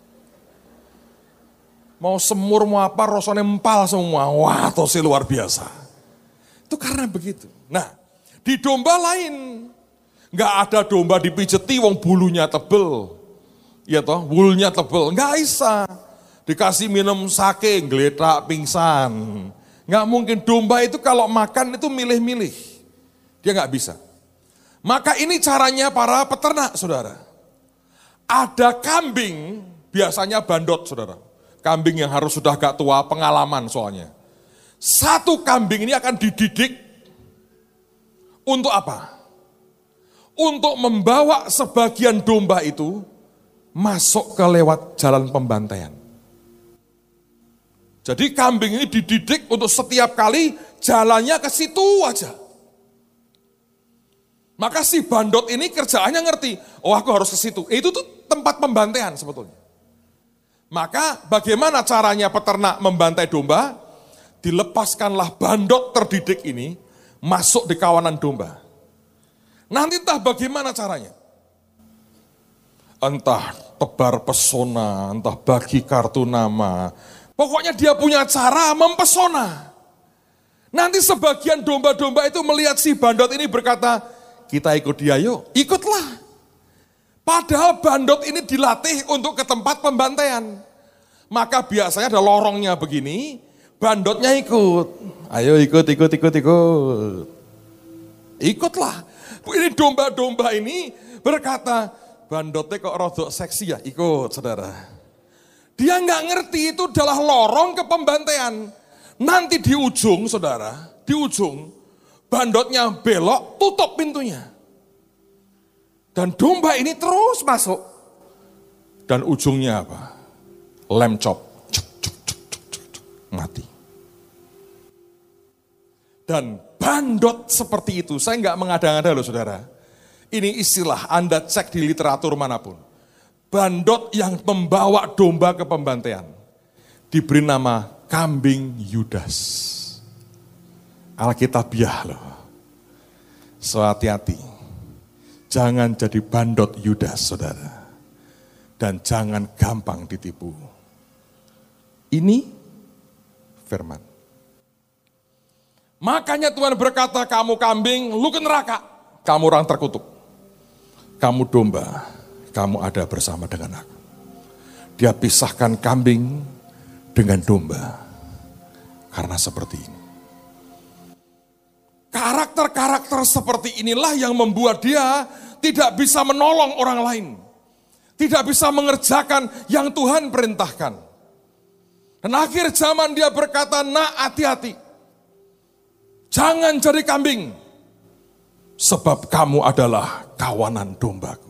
Mau semur, mau apa, rasanya empal semua. Wah, tosi luar biasa. Itu karena begitu. Nah, di domba lain, Nggak ada domba dipijeti wong bulunya tebel. Ya toh, wulnya tebel, nggak bisa. Dikasih minum sake, geletak, pingsan. Nggak mungkin, domba itu kalau makan itu milih-milih. Dia nggak bisa. Maka ini caranya para peternak, saudara. Ada kambing, biasanya bandot, saudara. Kambing yang harus sudah agak tua, pengalaman soalnya. Satu kambing ini akan dididik untuk apa? Untuk membawa sebagian domba itu masuk ke lewat jalan pembantaian. Jadi kambing ini dididik untuk setiap kali jalannya ke situ aja. Maka si bandot ini kerjaannya ngerti, oh aku harus ke situ. Itu tuh tempat pembantaian sebetulnya. Maka bagaimana caranya peternak membantai domba? Dilepaskanlah bandot terdidik ini masuk di kawanan domba. Nanti entah bagaimana caranya. Entah tebar pesona, entah bagi kartu nama. Pokoknya dia punya cara mempesona. Nanti sebagian domba-domba itu melihat si bandot ini berkata, kita ikut dia yuk, ikutlah. Padahal bandot ini dilatih untuk ke tempat pembantaian. Maka biasanya ada lorongnya begini, bandotnya ikut. Ayo ikut, ikut, ikut, ikut. Ikutlah. Ini domba-domba ini berkata, bandotnya kok rodok seksi ya, ikut saudara. Dia nggak ngerti itu adalah lorong ke pembantaian. Nanti di ujung saudara, di ujung bandotnya belok, tutup pintunya. Dan domba ini terus masuk. Dan ujungnya apa? Lem chop, cuk, cuk, cuk, cuk, cuk, cuk, mati. Dan bandot seperti itu, saya nggak mengada-ngada loh saudara. Ini istilah, Anda cek di literatur manapun. Bandot yang membawa domba ke pembantaian diberi nama kambing Yudas. Alkitabiah loh. So hati-hati. Jangan jadi bandot Yudas, saudara. Dan jangan gampang ditipu. Ini firman. Makanya Tuhan berkata, kamu kambing, lu ke neraka. Kamu orang terkutuk. Kamu domba, kamu ada bersama dengan aku. Dia pisahkan kambing dengan domba. Karena seperti ini. Karakter-karakter seperti inilah yang membuat dia tidak bisa menolong orang lain. Tidak bisa mengerjakan yang Tuhan perintahkan. Dan akhir zaman dia berkata, nak hati-hati. Jangan jadi kambing. Sebab kamu adalah kawanan dombaku.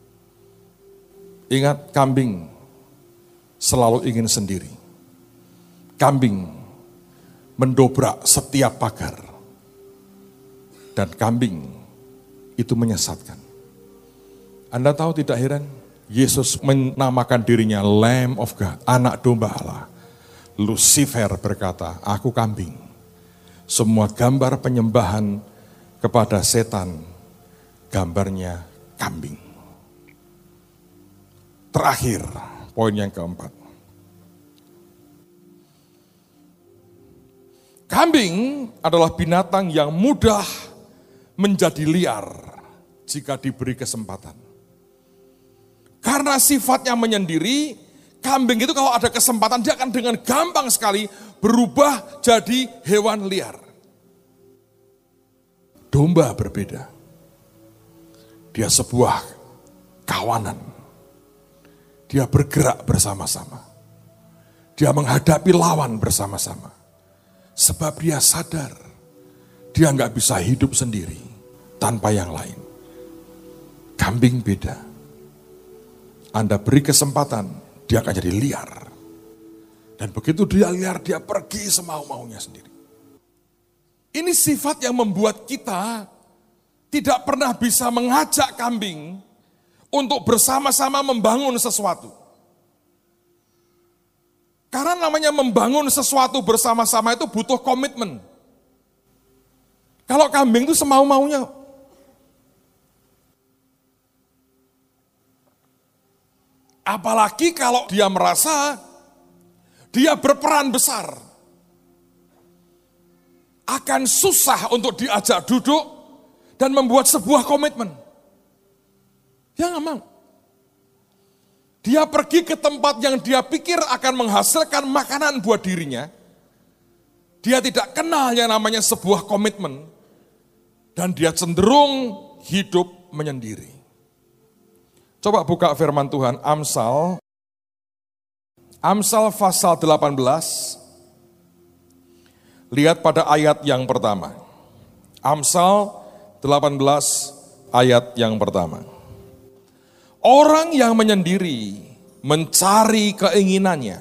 Ingat, kambing selalu ingin sendiri. Kambing mendobrak setiap pagar. Dan kambing itu menyesatkan. Anda tahu tidak heran? Yesus menamakan dirinya Lamb of God, anak domba Allah. Lucifer berkata, aku kambing. Semua gambar penyembahan kepada setan, gambarnya kambing. Terakhir, poin yang keempat. Kambing adalah binatang yang mudah menjadi liar jika diberi kesempatan. Karena sifatnya menyendiri, kambing itu kalau ada kesempatan dia akan dengan gampang sekali berubah jadi hewan liar. Domba berbeda. Dia sebuah kawanan. Dia bergerak bersama-sama. Dia menghadapi lawan bersama-sama. Sebab dia sadar, dia nggak bisa hidup sendiri tanpa yang lain. Kambing beda. Anda beri kesempatan, dia akan jadi liar. Dan begitu dia liar, dia pergi semau-maunya sendiri. Ini sifat yang membuat kita tidak pernah bisa mengajak kambing untuk bersama-sama membangun sesuatu. Karena namanya membangun sesuatu bersama-sama itu butuh komitmen. Kalau kambing itu semau-maunya. Apalagi kalau dia merasa dia berperan besar. Akan susah untuk diajak duduk dan membuat sebuah komitmen. Dia nggak mau. Dia pergi ke tempat yang dia pikir akan menghasilkan makanan buat dirinya. Dia tidak kenal yang namanya sebuah komitmen. Dan dia cenderung hidup menyendiri. Coba buka firman Tuhan, Amsal. Amsal pasal delapan belas. Lihat pada ayat yang pertama. Amsal delapan belas ayat yang pertama. Orang yang menyendiri mencari keinginannya.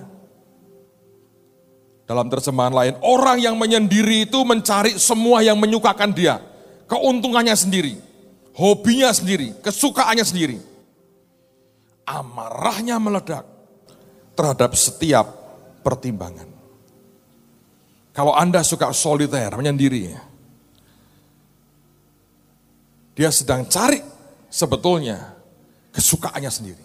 Dalam terjemahan lain, orang yang menyendiri itu mencari semua yang menyukakan dia. Keuntungannya sendiri, hobinya sendiri, kesukaannya sendiri. Amarahnya meledak terhadap setiap pertimbangan. Kalau Anda suka soliter, menyendiri, dia sedang cari sebetulnya kesukaannya sendiri.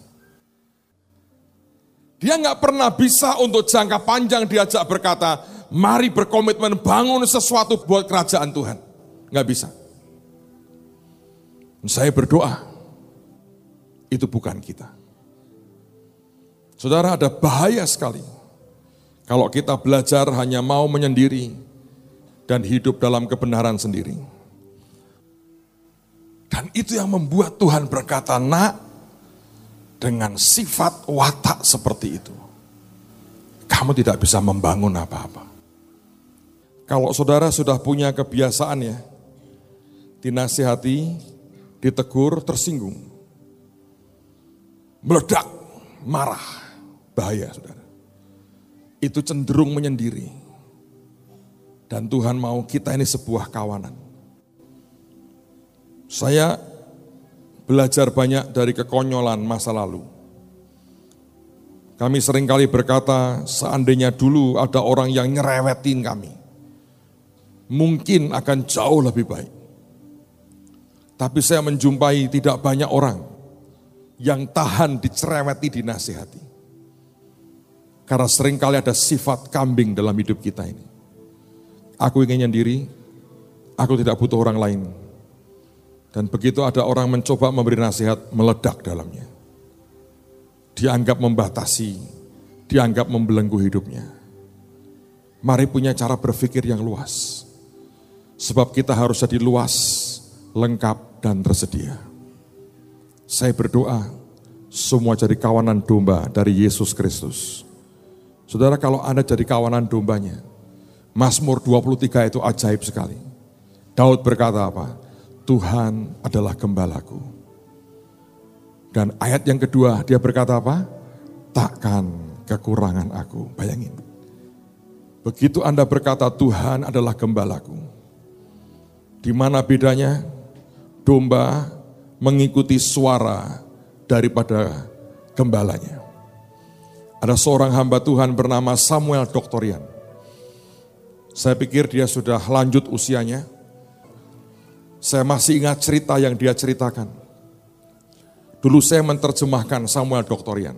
Dia nggak pernah bisa untuk jangka panjang diajak berkata, mari berkomitmen bangun sesuatu buat kerajaan Tuhan. Nggak bisa. Saya berdoa, itu bukan kita. Saudara, ada bahaya sekali kalau kita belajar hanya mau menyendiri dan hidup dalam kebenaran sendiri. Dan itu yang membuat Tuhan berkata, nak, dengan sifat watak seperti itu, kamu tidak bisa membangun apa-apa. Kalau saudara sudah punya kebiasaan ya, dinasihati, ditegur, tersinggung, meledak, marah, bahaya saudara. Itu cenderung menyendiri. Dan Tuhan mau kita ini sebuah kawanan. Saya belajar banyak dari kekonyolan masa lalu. Kami seringkali berkata, seandainya dulu ada orang yang nyerewetin kami, mungkin akan jauh lebih baik. Tapi saya menjumpai tidak banyak orang yang tahan dicereweti, dinasihati. Karena seringkali ada sifat kambing dalam hidup kita ini. Aku ingin nyendiri, aku tidak butuh orang lain. Dan begitu ada orang mencoba memberi nasihat, meledak dalamnya. Dianggap membatasi, dianggap membelenggu hidupnya. Mari punya cara berpikir yang luas. Sebab kita harus jadi luas, lengkap, dan tersedia. Saya berdoa, semua jadi kawanan domba dari Yesus Kristus. Saudara, kalau Anda jadi kawanan dombanya, Mazmur dua puluh tiga itu ajaib sekali. Daud berkata apa? Tuhan adalah gembalaku. Dan ayat yang kedua dia berkata apa? Takkan kekurangan aku. Bayangin. Begitu Anda berkata Tuhan adalah gembalaku. Di mana bedanya? Domba mengikuti suara daripada gembalanya. Ada seorang hamba Tuhan bernama Samuel Doktorian. Saya pikir dia sudah lanjut usianya. Saya masih ingat cerita yang dia ceritakan. Dulu saya menerjemahkan Samuel Doktorian.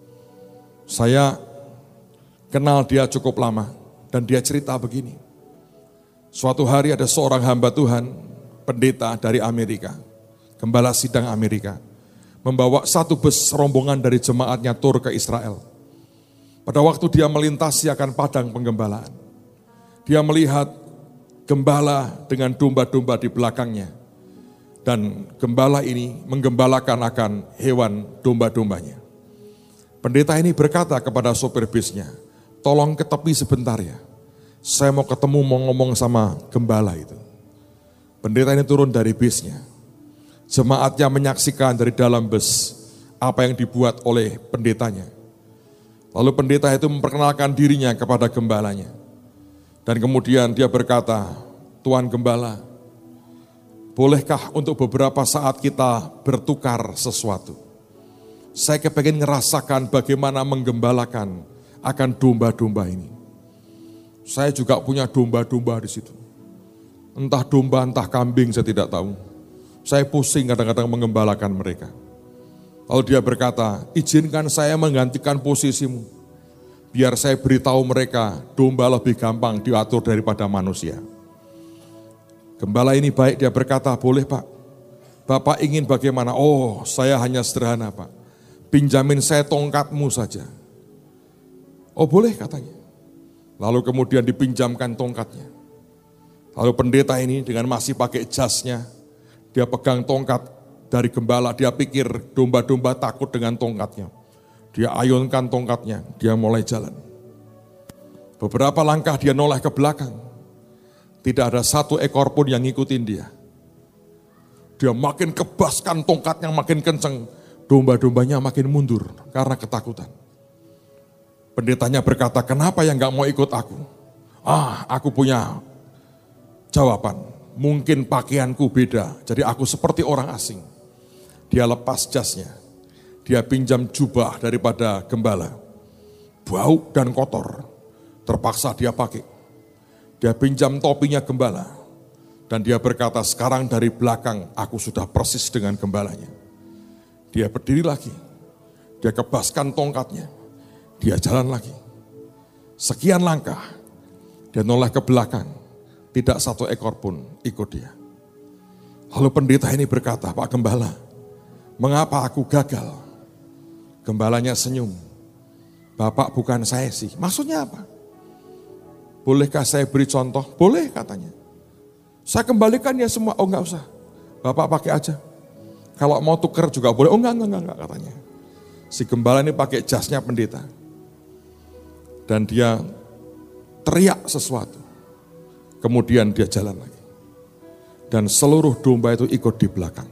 Saya kenal dia cukup lama dan dia cerita begini. Suatu hari ada seorang hamba Tuhan, pendeta dari Amerika, gembala sidang Amerika, membawa satu bus rombongan dari jemaatnya tur ke Israel. Pada waktu dia melintasi akan padang penggembalaan, dia melihat gembala dengan domba-domba di belakangnya. Dan gembala ini menggembalakan akan hewan domba-dombanya. Pendeta ini berkata kepada sopir bisnya, tolong ke tepi sebentar ya. Saya mau ketemu, mau ngomong sama gembala itu. Pendeta ini turun dari bisnya. Jemaatnya menyaksikan dari dalam bus apa yang dibuat oleh pendetanya. Lalu pendeta itu memperkenalkan dirinya kepada gembalanya. Dan kemudian dia berkata, Tuan Gembala, bolehkah untuk beberapa saat kita bertukar sesuatu? Saya kepengen ngerasakan bagaimana menggembalakan akan domba-domba ini. Saya juga punya domba-domba di situ. Entah domba, entah kambing, saya tidak tahu. Saya pusing kadang-kadang menggembalakan mereka. Lalu dia berkata, izinkan saya menggantikan posisimu. Biar saya beritahu mereka, domba lebih gampang diatur daripada manusia. Gembala ini baik, dia berkata, boleh Pak. Bapak ingin bagaimana? Oh, saya hanya sederhana, Pak. Pinjamin saya tongkatmu saja. Oh, boleh katanya. Lalu kemudian dipinjamkan tongkatnya. Lalu pendeta ini dengan masih pakai jasnya, dia pegang tongkat dari gembala, dia pikir domba-domba takut dengan tongkatnya. Dia ayunkan tongkatnya, dia mulai jalan. Beberapa langkah dia noleh ke belakang. Tidak ada satu ekor pun yang ngikutin dia. Dia makin kebaskan tongkatnya makin kenceng. Domba-dombanya makin mundur karena ketakutan. Pendetanya berkata, kenapa yang gak mau ikut aku? Ah, aku punya jawaban. Mungkin pakaianku beda, jadi aku seperti orang asing. Dia lepas jasnya. Dia pinjam jubah daripada gembala. Bau dan kotor. Terpaksa dia pakai. Dia pinjam topinya gembala. Dan dia berkata, sekarang dari belakang aku sudah persis dengan gembalanya. Dia berdiri lagi. Dia kebaskan tongkatnya. Dia jalan lagi. Sekian langkah. Dia noleh ke belakang. Tidak satu ekor pun ikut dia. Lalu pendeta ini berkata, Pak Gembala, mengapa aku gagal? Gembalanya senyum. Bapak bukan saya sih. Maksudnya apa? Bolehkah saya beri contoh? Boleh katanya. Saya kembalikan ya semua. Oh enggak usah. Bapak pakai aja. Kalau mau tuker juga boleh. Oh enggak, enggak, enggak katanya. Si gembala ini pakai jasnya pendeta. Dan dia teriak sesuatu. Kemudian dia jalan lagi. Dan seluruh domba itu ikut di belakang.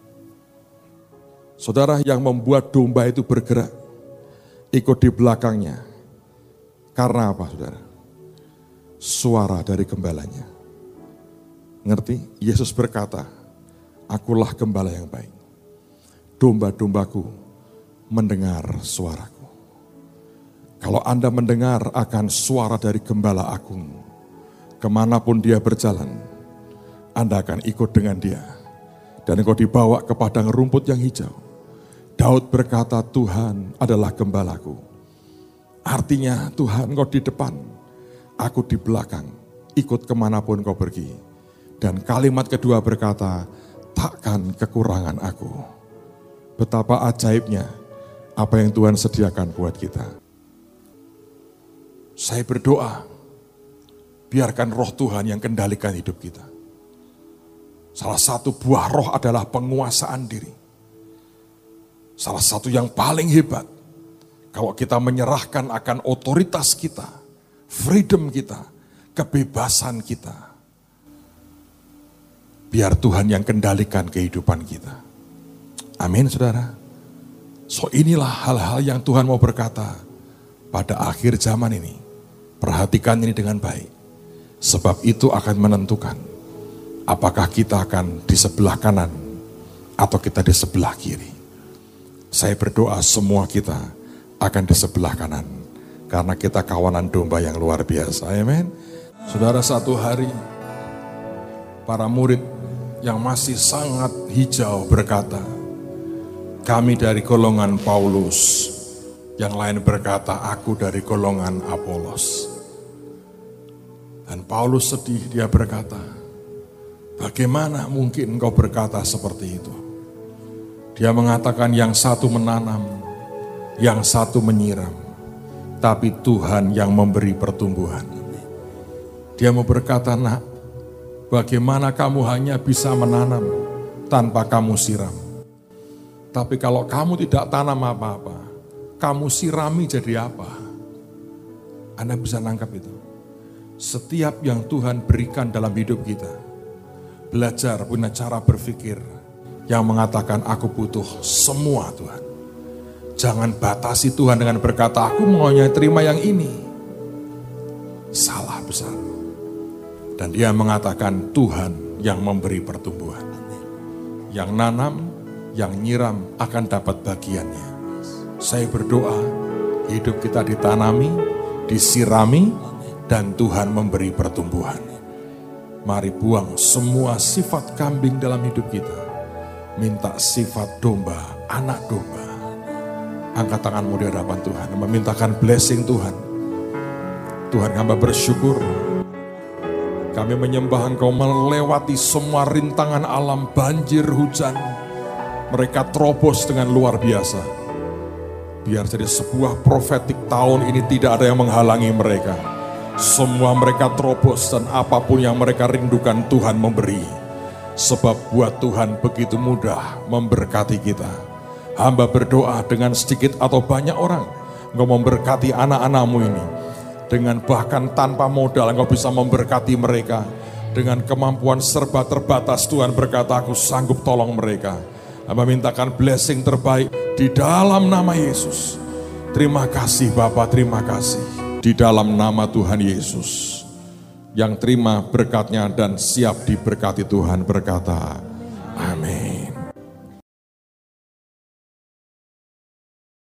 Saudara, yang membuat domba itu bergerak, ikut di belakangnya. Karena apa, saudara? Suara dari gembalanya. Ngerti? Yesus berkata, akulah gembala yang baik. Domba-dombaku mendengar suaraku. Kalau Anda mendengar akan suara dari gembala agung, kemanapun dia berjalan, Anda akan ikut dengan dia. Dan engkau dibawa ke padang rumput yang hijau. Daud berkata, Tuhan adalah gembalaku. Artinya Tuhan engkau di depan, aku di belakang, ikut kemanapun kau pergi. Dan kalimat kedua berkata, takkan kekurangan aku. Betapa ajaibnya apa yang Tuhan sediakan buat kita. Saya berdoa, biarkan roh Tuhan yang kendalikan hidup kita. Salah satu buah roh adalah penguasaan diri. Salah satu yang paling hebat, kalau kita menyerahkan akan otoritas kita, freedom kita, kebebasan kita. Biar Tuhan yang kendalikan kehidupan kita. Amin, saudara. So inilah hal-hal yang Tuhan mau berkata pada akhir zaman ini. Perhatikan ini dengan baik. Sebab itu akan menentukan apakah kita akan di sebelah kanan atau kita di sebelah kiri. Saya berdoa semua kita akan di sebelah kanan. Karena kita kawanan domba yang luar biasa. Amin. Saudara, satu hari para murid yang masih sangat hijau berkata, kami dari golongan Paulus, yang lain berkata, aku dari golongan Apolos. Dan Paulus sedih, dia berkata, bagaimana mungkin engkau berkata seperti itu? Dia mengatakan yang satu menanam, yang satu menyiram, tapi Tuhan yang memberi pertumbuhan. Dia mau berkata, nak, bagaimana kamu hanya bisa menanam tanpa kamu siram. Tapi kalau kamu tidak tanam apa-apa, kamu sirami jadi apa? Anda bisa nangkap itu. Setiap yang Tuhan berikan dalam hidup kita, belajar punya cara berpikir yang mengatakan aku butuh semua Tuhan. Jangan batasi Tuhan dengan berkata aku maunya terima yang ini. Salah besar. Dan dia mengatakan Tuhan yang memberi pertumbuhan. Yang nanam, yang nyiram akan dapat bagiannya. Saya berdoa hidup kita ditanami, disirami, dan Tuhan memberi pertumbuhan. Mari buang semua sifat kambing dalam hidup kita. Minta sifat domba, anak domba. Angkat tanganmu di hadapan Tuhan, memintakan blessing Tuhan. Tuhan, hamba bersyukur Kami menyembah Engkau melewati semua rintangan alam, banjir, hujan. Mereka terobos dengan luar biasa. Biar jadi sebuah profetik tahun ini tidak ada yang menghalangi mereka. Semua mereka terobos dan apapun yang mereka rindukan Tuhan memberi. Sebab buat Tuhan begitu mudah memberkati kita. Hamba berdoa dengan sedikit atau banyak orang, Engkau memberkati anak-anak-Mu ini. Dengan bahkan tanpa modal Engkau bisa memberkati mereka. Dengan kemampuan serba terbatas Tuhan berkata, aku sanggup tolong mereka. Hamba mintakan blessing terbaik di dalam nama Yesus. Terima kasih Bapa, terima kasih. Di dalam nama Tuhan Yesus. Yang terima berkatnya dan siap diberkati Tuhan berkata,